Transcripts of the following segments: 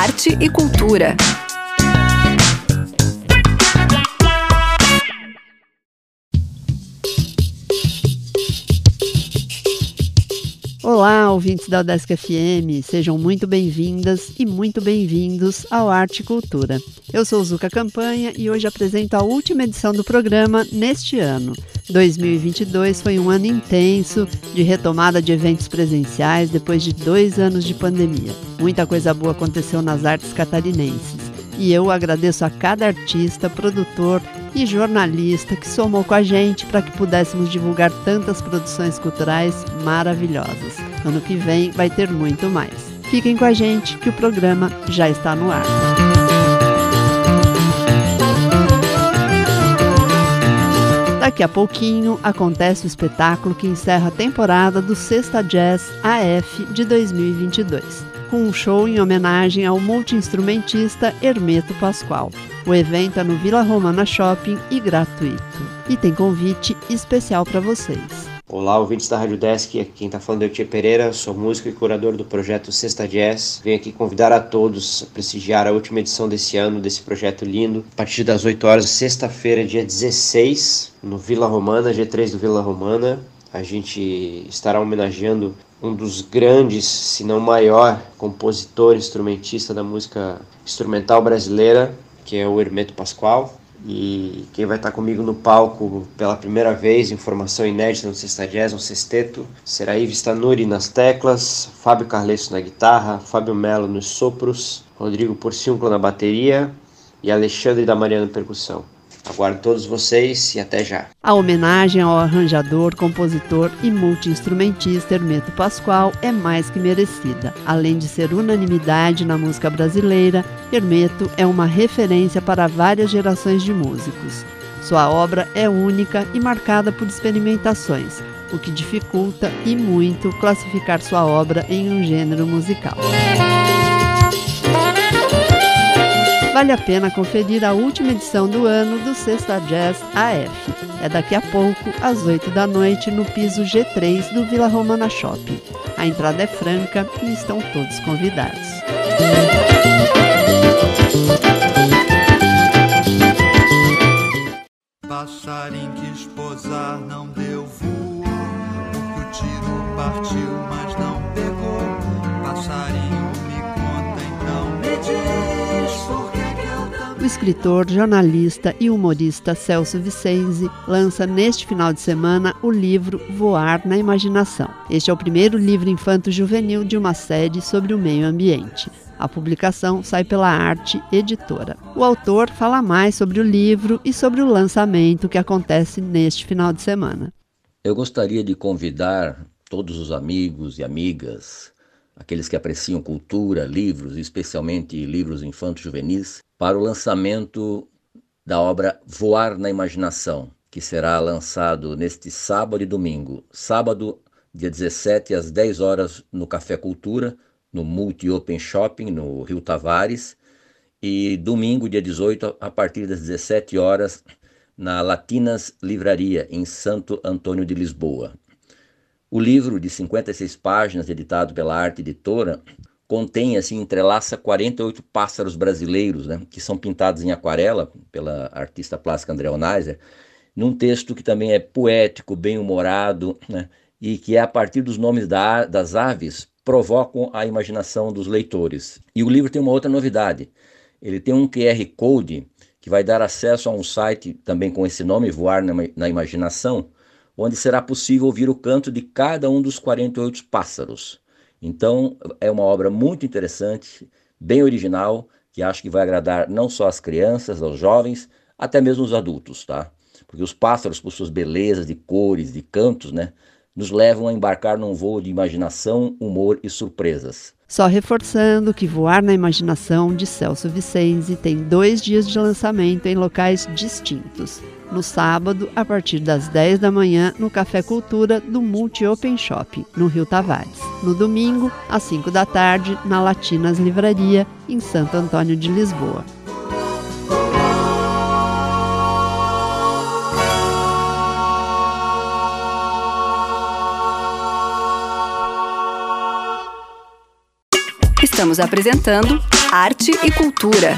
arte e cultura. Olá, ouvintes da UDESC FM, sejam muito bem-vindas e muito bem-vindos ao Arte e Cultura. Eu sou Zucca Campanha e hoje apresento a última edição do programa neste ano. 2022 foi um ano intenso de retomada de eventos presenciais depois de 2 anos de pandemia. Muita coisa boa aconteceu nas artes catarinenses. E eu agradeço a cada artista, produtor e jornalista que somou com a gente para que pudéssemos divulgar tantas produções culturais maravilhosas. Ano que vem vai ter muito mais. Fiquem com a gente que o programa já está no ar. Daqui a pouquinho acontece o espetáculo que encerra a temporada do Sexta Jazz AF de 2022. Com um show em homenagem ao multi-instrumentista Hermeto Pascoal. O evento é no Vila Romana Shopping e gratuito. E tem convite especial para vocês. Olá, ouvintes da Rádio Desk, aqui quem está falando é o Tia Pereira, sou músico e curador do projeto Sexta Jazz. Venho aqui convidar a todos a prestigiar a última edição desse ano, desse projeto lindo, a partir das 8 horas, sexta-feira, dia 16, no Vila Romana, G3 do Vila Romana. A gente estará homenageando um dos grandes, se não maior, compositor, instrumentista da música instrumental brasileira, que é o Hermeto Pascoal. E quem vai estar comigo no palco pela primeira vez, em formação inédita no Sexta Jazz, um sexteto, será Ives Tanuri nas teclas, Fábio Carlesso na guitarra, Fábio Melo nos sopros, Rodrigo Porciúncula na bateria e Alexandre da Mariana na percussão. Aguardo todos vocês e até já. A homenagem ao arranjador, compositor e multi-instrumentista Hermeto Pascoal é mais que merecida. Além de ser unanimidade na música brasileira, Hermeto é uma referência para várias gerações de músicos. Sua obra é única e marcada por experimentações, o que dificulta e muito classificar sua obra em um gênero musical. Vale a pena conferir a última edição do ano do Sexta Jazz AF. É daqui a pouco, às 8 da noite, no piso G3 do Vila Romana Shopping. A entrada é franca e estão todos convidados. Passarinho quis posar, não deu voo, porque o tiro partiu, mas não pegou. Passarinho me conta, então me diz por que o escritor, jornalista e humorista Celso Vicenzi lança neste final de semana o livro Voar na Imaginação. Este é o primeiro livro infanto-juvenil de uma série sobre o meio ambiente. A publicação sai pela Arte Editora. O autor fala mais sobre o livro e sobre o lançamento que acontece neste final de semana. Eu gostaria de convidar todos os amigos e amigas, aqueles que apreciam cultura, livros, especialmente livros infanto-juvenis, para o lançamento da obra Voar na Imaginação, que será lançado neste sábado e domingo. Sábado, dia 17, às 10 horas, no Café Cultura, no Multi Open Shopping, no Rio Tavares, e domingo, dia 18, a partir das 17 horas, na Latinas Livraria, em Santo Antônio de Lisboa. O livro, de 56 páginas, editado pela Arte Editora, contém, entrelaça 48 pássaros brasileiros, que são pintados em aquarela pela artista plástica Andréa Onaiser, num texto que também é poético, bem-humorado, e que, a partir dos nomes das aves, provocam a imaginação dos leitores. E o livro tem uma outra novidade. Ele tem um QR Code que vai dar acesso a um site também com esse nome, Voar na Imaginação, onde será possível ouvir o canto de cada um dos 48 pássaros. Então, é uma obra muito interessante, bem original, que acho que vai agradar não só as crianças, aos jovens, até mesmo os adultos, tá? Porque os pássaros, por suas belezas de cores, de cantos, nos levam a embarcar num voo de imaginação, humor e surpresas. Só reforçando que Voar na Imaginação, de Celso Vicenzi, tem 2 dias de lançamento em locais distintos. No sábado, a partir das 10 da manhã, no Café Cultura do Multi Open Shopping, no Rio Tavares. No domingo, às 5 da tarde, na Latinas Livraria, em Santo Antônio de Lisboa. Estamos apresentando arte e cultura.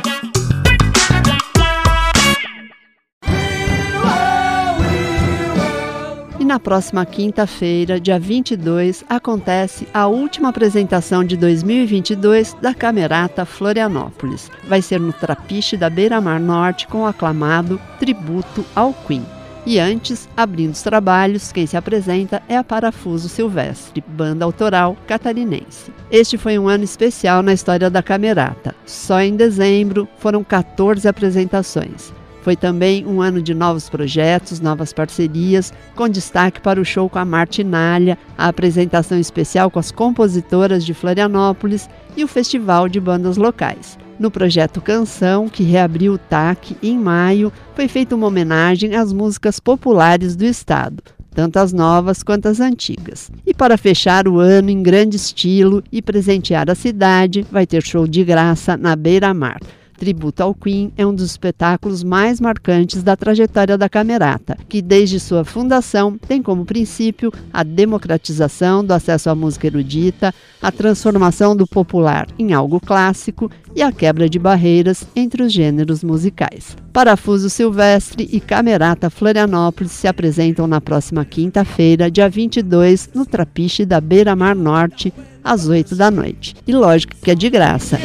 E na próxima quinta-feira, dia 22, acontece a última apresentação de 2022 da Camerata Florianópolis. Vai ser no Trapiche da Beira-Mar Norte com o aclamado Tributo ao Queen. E antes, abrindo os trabalhos, quem se apresenta é a Parafuso Silvestre, banda autoral catarinense. Este foi um ano especial na história da Camerata. Só em dezembro foram 14 apresentações. Foi também um ano de novos projetos, novas parcerias, com destaque para o show com a Martinalha, a apresentação especial com as compositoras de Florianópolis e o festival de bandas locais. No projeto Canção, que reabriu o TAC em maio, foi feita uma homenagem às músicas populares do estado, tanto as novas quanto as antigas. E para fechar o ano em grande estilo e presentear a cidade, vai ter show de graça na Beira-Mar. Tributo ao Queen é um dos espetáculos mais marcantes da trajetória da Camerata, que desde sua fundação tem como princípio a democratização do acesso à música erudita, a transformação do popular em algo clássico e a quebra de barreiras entre os gêneros musicais. Parafuso Silvestre e Camerata Florianópolis se apresentam na próxima quinta-feira, dia 22, no Trapiche da Beira-Mar Norte, às 8 da noite. E lógico que é de graça.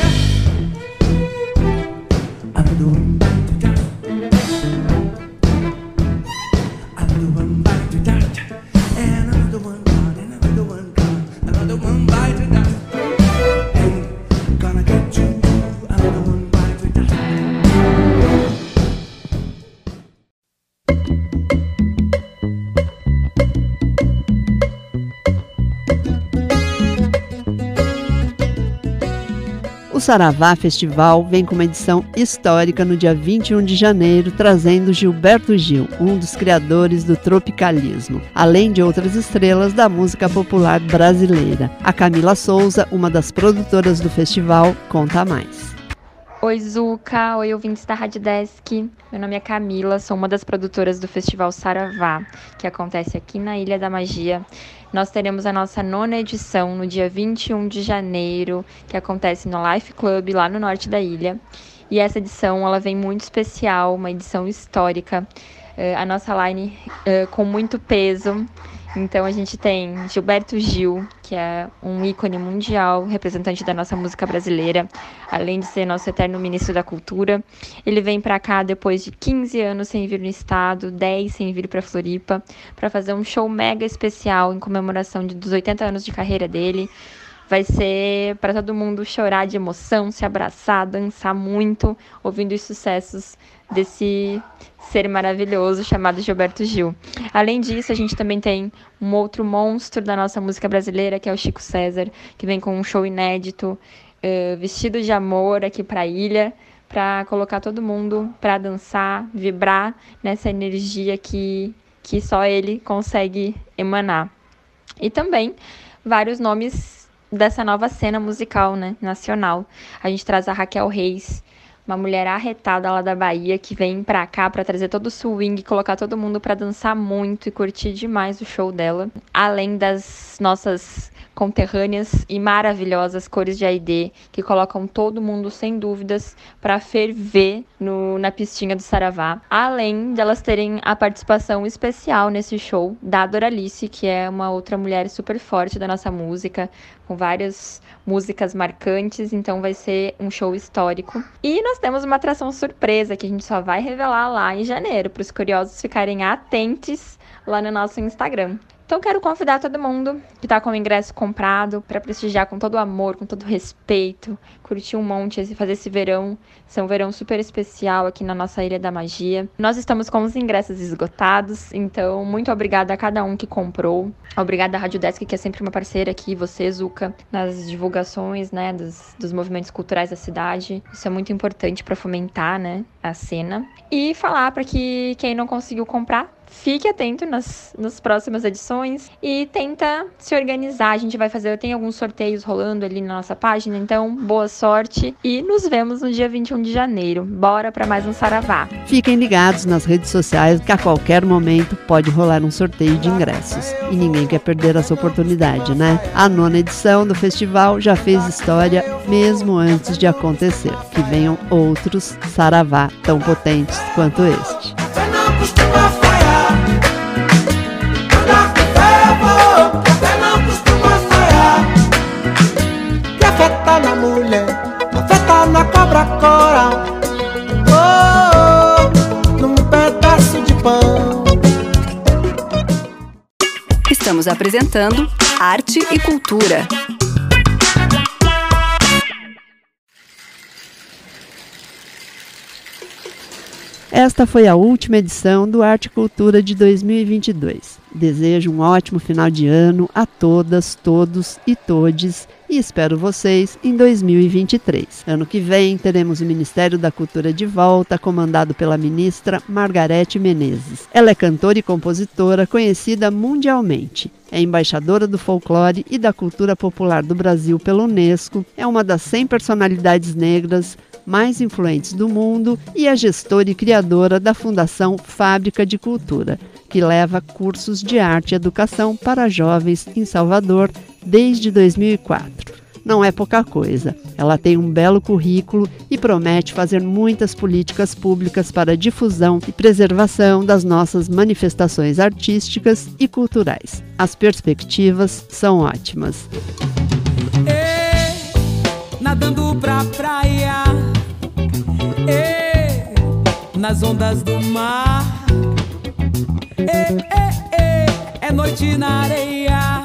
O Saravá Festival vem com uma edição histórica no dia 21 de janeiro, trazendo Gilberto Gil, um dos criadores do tropicalismo, além de outras estrelas da música popular brasileira. A Camila Souza, uma das produtoras do festival, conta mais. Oi, Zuca. Oi, ouvintes da Rádio Desk. Meu nome é Camila, sou uma das produtoras do Festival Saravá, que acontece aqui na Ilha da Magia. Nós teremos a nossa 9ª edição no dia 21 de janeiro, que acontece no Life Club, lá no norte da ilha. E essa edição ela vem muito especial, uma edição histórica. A nossa line com muito peso. Então a gente tem Gilberto Gil, que é um ícone mundial, representante da nossa música brasileira, além de ser nosso eterno ministro da cultura. Ele vem para cá depois de 15 anos sem vir no estado, 10 sem vir para Floripa, para fazer um show mega especial em comemoração dos 80 anos de carreira dele. Vai ser para todo mundo chorar de emoção, se abraçar, dançar muito, ouvindo os sucessos desse ser maravilhoso chamado Gilberto Gil. Além disso, a gente também tem um outro monstro da nossa música brasileira, que é o Chico César, que vem com um show inédito, vestido de amor aqui para a ilha, para colocar todo mundo para dançar, vibrar nessa energia que só ele consegue emanar. E também vários nomes dessa nova cena musical, né, nacional. A gente traz a Raquel Reis, uma mulher arretada lá da Bahia, que vem pra cá pra trazer todo o swing, colocar todo mundo pra dançar muito e curtir demais o show dela. Além das nossas conterrâneas e maravilhosas Cores de A&D, que colocam todo mundo, sem dúvidas, pra ferver na pistinha do Saravá. Além de elas terem a participação especial nesse show da Doralice, que é uma outra mulher super forte da nossa música, com várias músicas marcantes, então vai ser um show histórico. E nós temos uma atração surpresa que a gente só vai revelar lá em janeiro, para os curiosos ficarem atentos lá no nosso Instagram. Então quero convidar todo mundo que está com o ingresso comprado para prestigiar com todo o amor, com todo o respeito, curtir um monte e fazer esse verão, ser um verão super especial aqui na nossa Ilha da Magia. Nós estamos com os ingressos esgotados, então muito obrigada a cada um que comprou. Obrigada à Rádio Desk, que é sempre uma parceira aqui, você, Zuca, nas divulgações, né, dos movimentos culturais da cidade. Isso é muito importante para fomentar, né, a cena. E falar para que quem não conseguiu comprar, fique atento nas próximas edições e tenta se organizar. A gente vai fazer, tem alguns sorteios rolando ali na nossa página, então boa sorte e nos vemos no dia 21 de janeiro. Bora para mais um Saravá. Fiquem ligados nas redes sociais que a qualquer momento pode rolar um sorteio de ingressos. E ninguém quer perder essa oportunidade, né? A 9ª edição do festival já fez história mesmo antes de acontecer. Que venham outros Saravá tão potentes quanto este. Que afeta na mulher, afeta na cobra-cora, num pedaço de pão. Estamos apresentando Arte e Cultura. Esta foi a última edição do Arte e Cultura de 2022. Desejo um ótimo final de ano a todas, todos e todes e espero vocês em 2023. Ano que vem teremos o Ministério da Cultura de volta, comandado pela ministra Margarete Menezes. Ela é cantora e compositora conhecida mundialmente. É embaixadora do folclore e da cultura popular do Brasil pela Unesco, é uma das 100 personalidades negras mais influentes do mundo e é gestora e criadora da Fundação Fábrica de Cultura, que leva cursos de arte e educação para jovens em Salvador desde 2004. Não é pouca coisa. Ela tem um belo currículo e promete fazer muitas políticas públicas para a difusão e preservação das nossas manifestações artísticas e culturais. As perspectivas são ótimas. Nadando pra praia, nas ondas do mar, é noite na areia,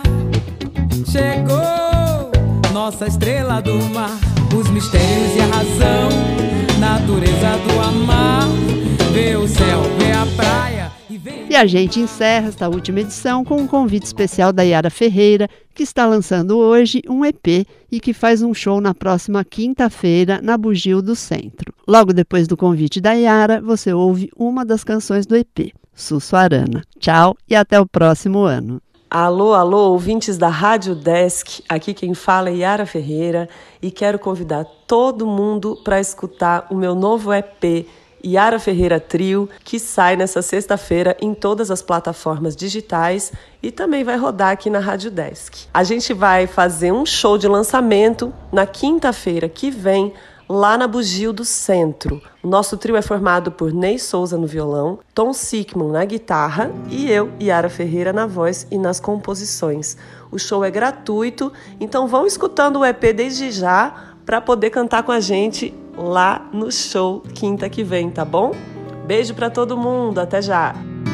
chegou nossa estrela do mar, os mistérios e a razão, natureza do amar, vê o céu, vê a praia. E a gente encerra esta última edição com um convite especial da Yara Ferreira, que está lançando hoje um EP e que faz um show na próxima quinta-feira na Bugio do Centro. Logo depois do convite da Yara, você ouve uma das canções do EP, Sussuarana. Tchau e até o próximo ano. Alô, alô, ouvintes da Rádio Desk, aqui quem fala é Yara Ferreira e quero convidar todo mundo para escutar o meu novo EP, Yara Ferreira Trio, que sai nessa sexta-feira em todas as plataformas digitais e também vai rodar aqui na Rádio Desk. A gente vai fazer um show de lançamento na quinta-feira que vem, lá na Bugio do Centro. O nosso trio é formado por Ney Souza no violão, Tom Sickman na guitarra e eu, Yara Ferreira, na voz e nas composições. O show é gratuito, então vão escutando o EP desde já para poder cantar com a gente lá no show quinta que vem, tá bom? Beijo pra todo mundo, até já!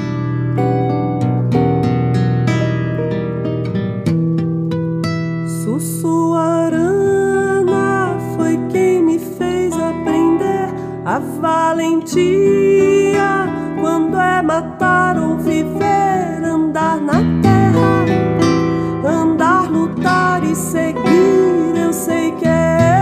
Sussuarana foi quem me fez aprender a valentia quando é matar ou viver, andar na terra, andar, lutar e seguir. Eu sei que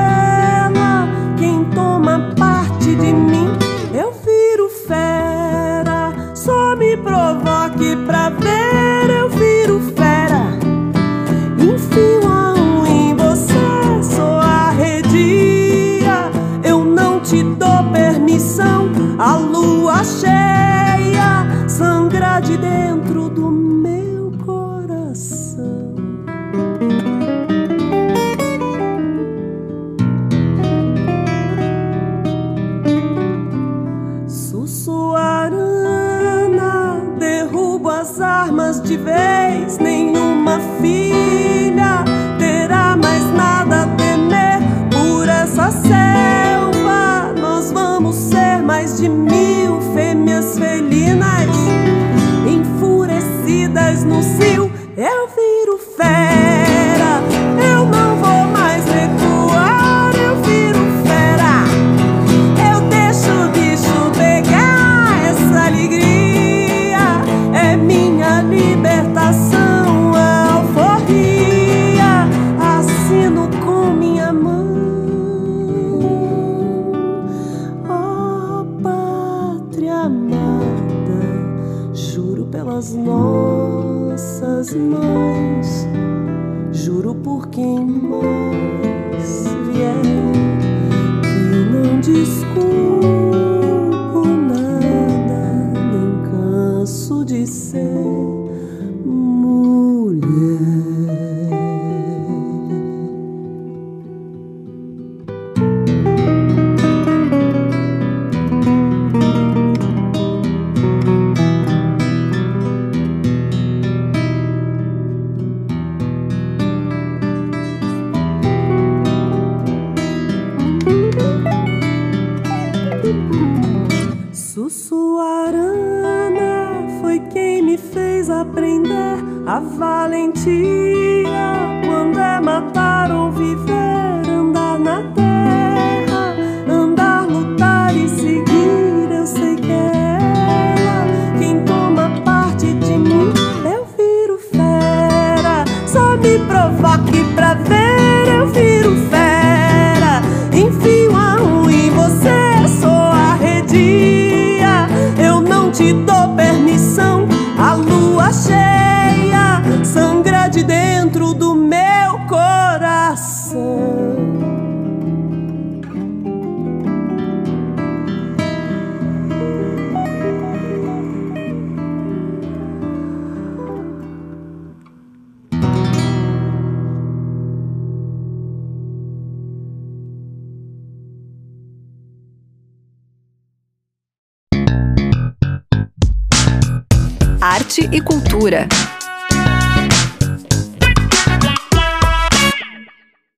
toma parte de mim, eu viro fera, só me provoque pra ver, eu viro fera, enfio a unha em você, sou arredia, eu não te dou permissão, a lua cheia, sangra de Deus. coração. Arte e cultura.